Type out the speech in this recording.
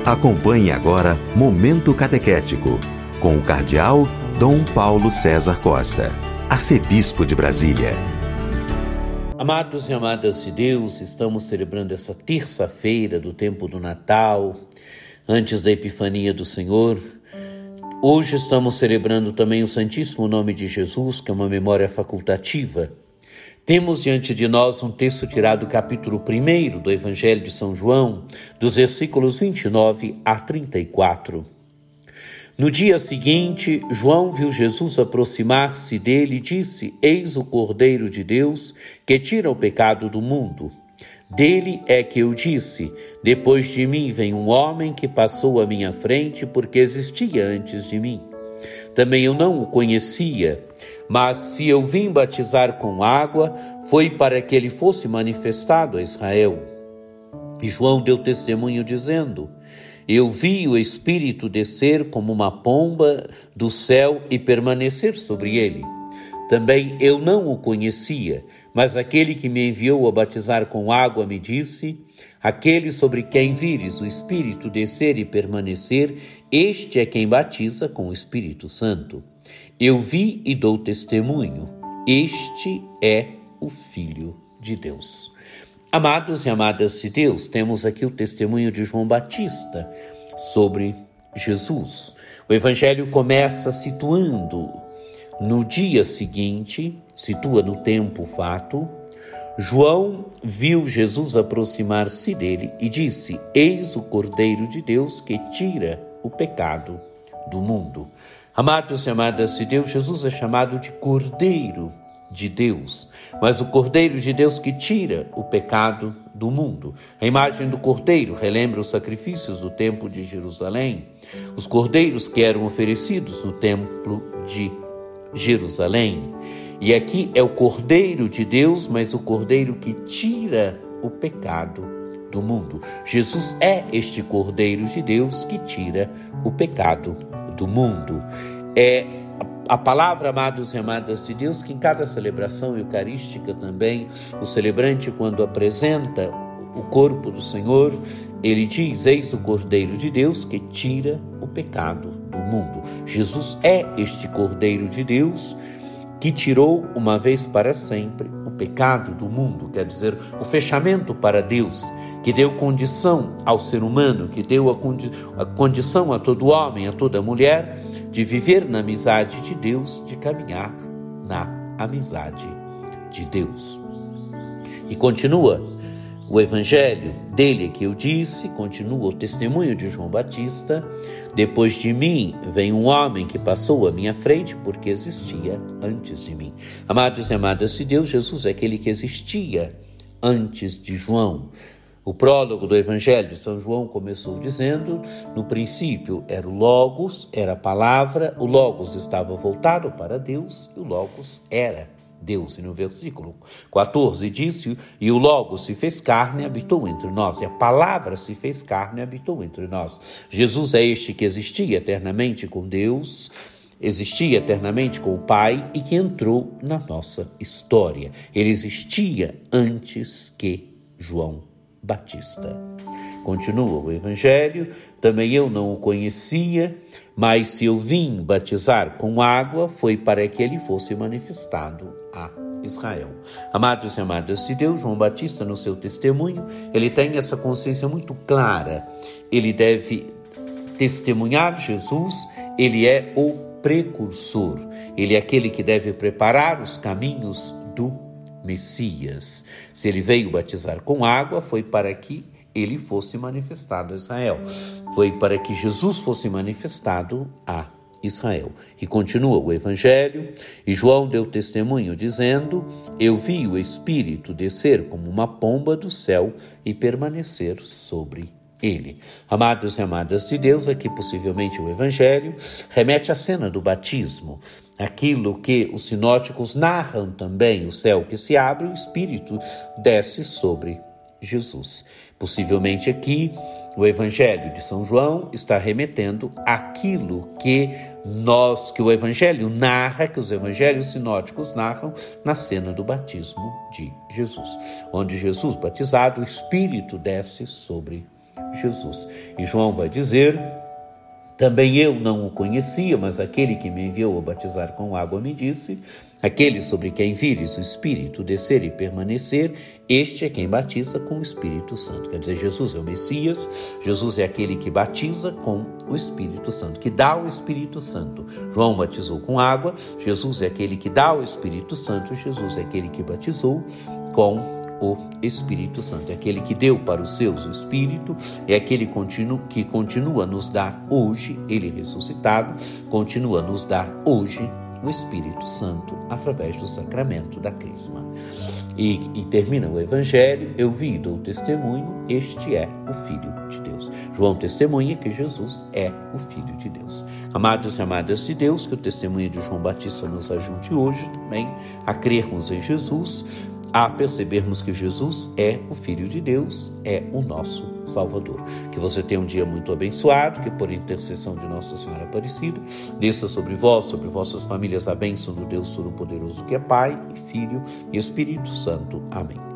Acompanhe agora Momento Catequético, com o Cardeal Dom Paulo César Costa, arcebispo de Brasília. Amados e amadas de Deus, estamos celebrando essa terça-feira do tempo do Natal, antes da Epifania do Senhor. Hoje estamos celebrando também o Santíssimo Nome de Jesus, que é uma memória facultativa. Temos diante de nós um texto tirado do capítulo 1 do Evangelho de São João, dos versículos 29 a 34. No dia seguinte, João viu Jesus aproximar-se dele e disse: Eis o Cordeiro de Deus, que tira o pecado do mundo. Dele é que eu disse: depois de mim vem um homem que passou à minha frente, porque existia antes de mim. Também eu não o conhecia, mas se eu vim batizar com água, foi para que ele fosse manifestado a Israel. E João deu testemunho dizendo: eu vi o Espírito descer como uma pomba do céu e permanecer sobre ele. Também eu não o conhecia, mas aquele que me enviou a batizar com água me disse: aquele sobre quem vires o Espírito descer e permanecer, este é quem batiza com o Espírito Santo. Eu vi e dou testemunho, este é o Filho de Deus. Amados e amadas de Deus, temos aqui o testemunho de João Batista sobre Jesus. O Evangelho começa situando no dia seguinte, situa no tempo o fato. João viu Jesus aproximar-se dele e disse: eis o Cordeiro de Deus que tira o pecado do mundo. Amados e amadas de Deus, Jesus é chamado de Cordeiro de Deus, mas o Cordeiro de Deus que tira o pecado do mundo. A imagem do cordeiro relembra os sacrifícios do templo de Jerusalém, os cordeiros que eram oferecidos no templo de Jerusalém. E aqui é o Cordeiro de Deus, mas o Cordeiro que tira o pecado do mundo. Jesus é este Cordeiro de Deus que tira o pecado do mundo. É a palavra, amados e amadas de Deus, que em cada celebração eucarística também, o celebrante, quando apresenta o corpo do Senhor, ele diz: eis o Cordeiro de Deus que tira o pecado do mundo. Jesus é este Cordeiro de Deus que tirou uma vez para sempre o pecado do mundo, quer dizer, o fechamento para Deus, que deu condição ao ser humano, que deu a condição a todo homem, a toda mulher, de viver na amizade de Deus, de caminhar na amizade de Deus. E continua o Evangelho dele que eu disse, continua o testemunho de João Batista: depois de mim vem um homem que passou à minha frente, porque existia antes de mim. Amados e amadas de Deus, Jesus é aquele que existia antes de João. O prólogo do Evangelho de São João começou dizendo: no princípio era o Logos, era a palavra, o Logos estava voltado para Deus e o Logos era Deus. E no versículo 14 disse: e o Logos se fez carne e habitou entre nós. E a palavra se fez carne e habitou entre nós. Jesus é este que existia eternamente com Deus, existia eternamente com o Pai e que entrou na nossa história. Ele existia antes que João Batista. Continua o Evangelho: também eu não o conhecia, mas se eu vim batizar com água, foi para que ele fosse manifestado a Israel. Amados e amadas de Deus, João Batista, no seu testemunho, ele tem essa consciência muito clara. Ele deve testemunhar Jesus, ele é o precursor, ele é aquele que deve preparar os caminhos do Messias. Se ele veio batizar com água, foi para que ele fosse manifestado a Israel. Foi para que Jesus fosse manifestado a Israel. E continua o Evangelho: e João deu testemunho dizendo: eu vi o Espírito descer como uma pomba do céu e permanecer sobre ele. Amados e amadas de Deus, aqui possivelmente o Evangelho remete à cena do batismo, aquilo que os sinóticos narram também: o céu que se abre e o Espírito desce sobre Jesus. Possivelmente aqui o Evangelho de São João está remetendo àquilo que o Evangelho narra, que os Evangelhos sinóticos narram na cena do batismo de Jesus, onde Jesus batizado, o Espírito desce sobre Jesus. E João vai dizer: também eu não o conhecia, mas aquele que me enviou a batizar com água me disse: aquele sobre quem vires o Espírito descer e permanecer, este é quem batiza com o Espírito Santo. Quer dizer, Jesus é o Messias, Jesus é aquele que batiza com o Espírito Santo, que dá o Espírito Santo. João batizou com água, Jesus é aquele que dá o Espírito Santo, Jesus é aquele que batizou com o Espírito Santo, é aquele que deu para os seus o Espírito, é aquele que continua a nos dar hoje, ele ressuscitado, continua a nos dar hoje o Espírito Santo através do sacramento da Crisma. E termina o Evangelho: eu vi e dou testemunho, este é o Filho de Deus. João testemunha que Jesus é o Filho de Deus. Amados e amadas de Deus, que o testemunho de João Batista nos ajunte hoje também a crermos em Jesus, a percebermos que Jesus é o Filho de Deus, é o nosso Salvador. Que você tenha um dia muito abençoado, que por intercessão de Nossa Senhora Aparecida, desça sobre vós, sobre vossas famílias, a bênção do Deus Todo-Poderoso, que é Pai, e Filho e Espírito Santo. Amém.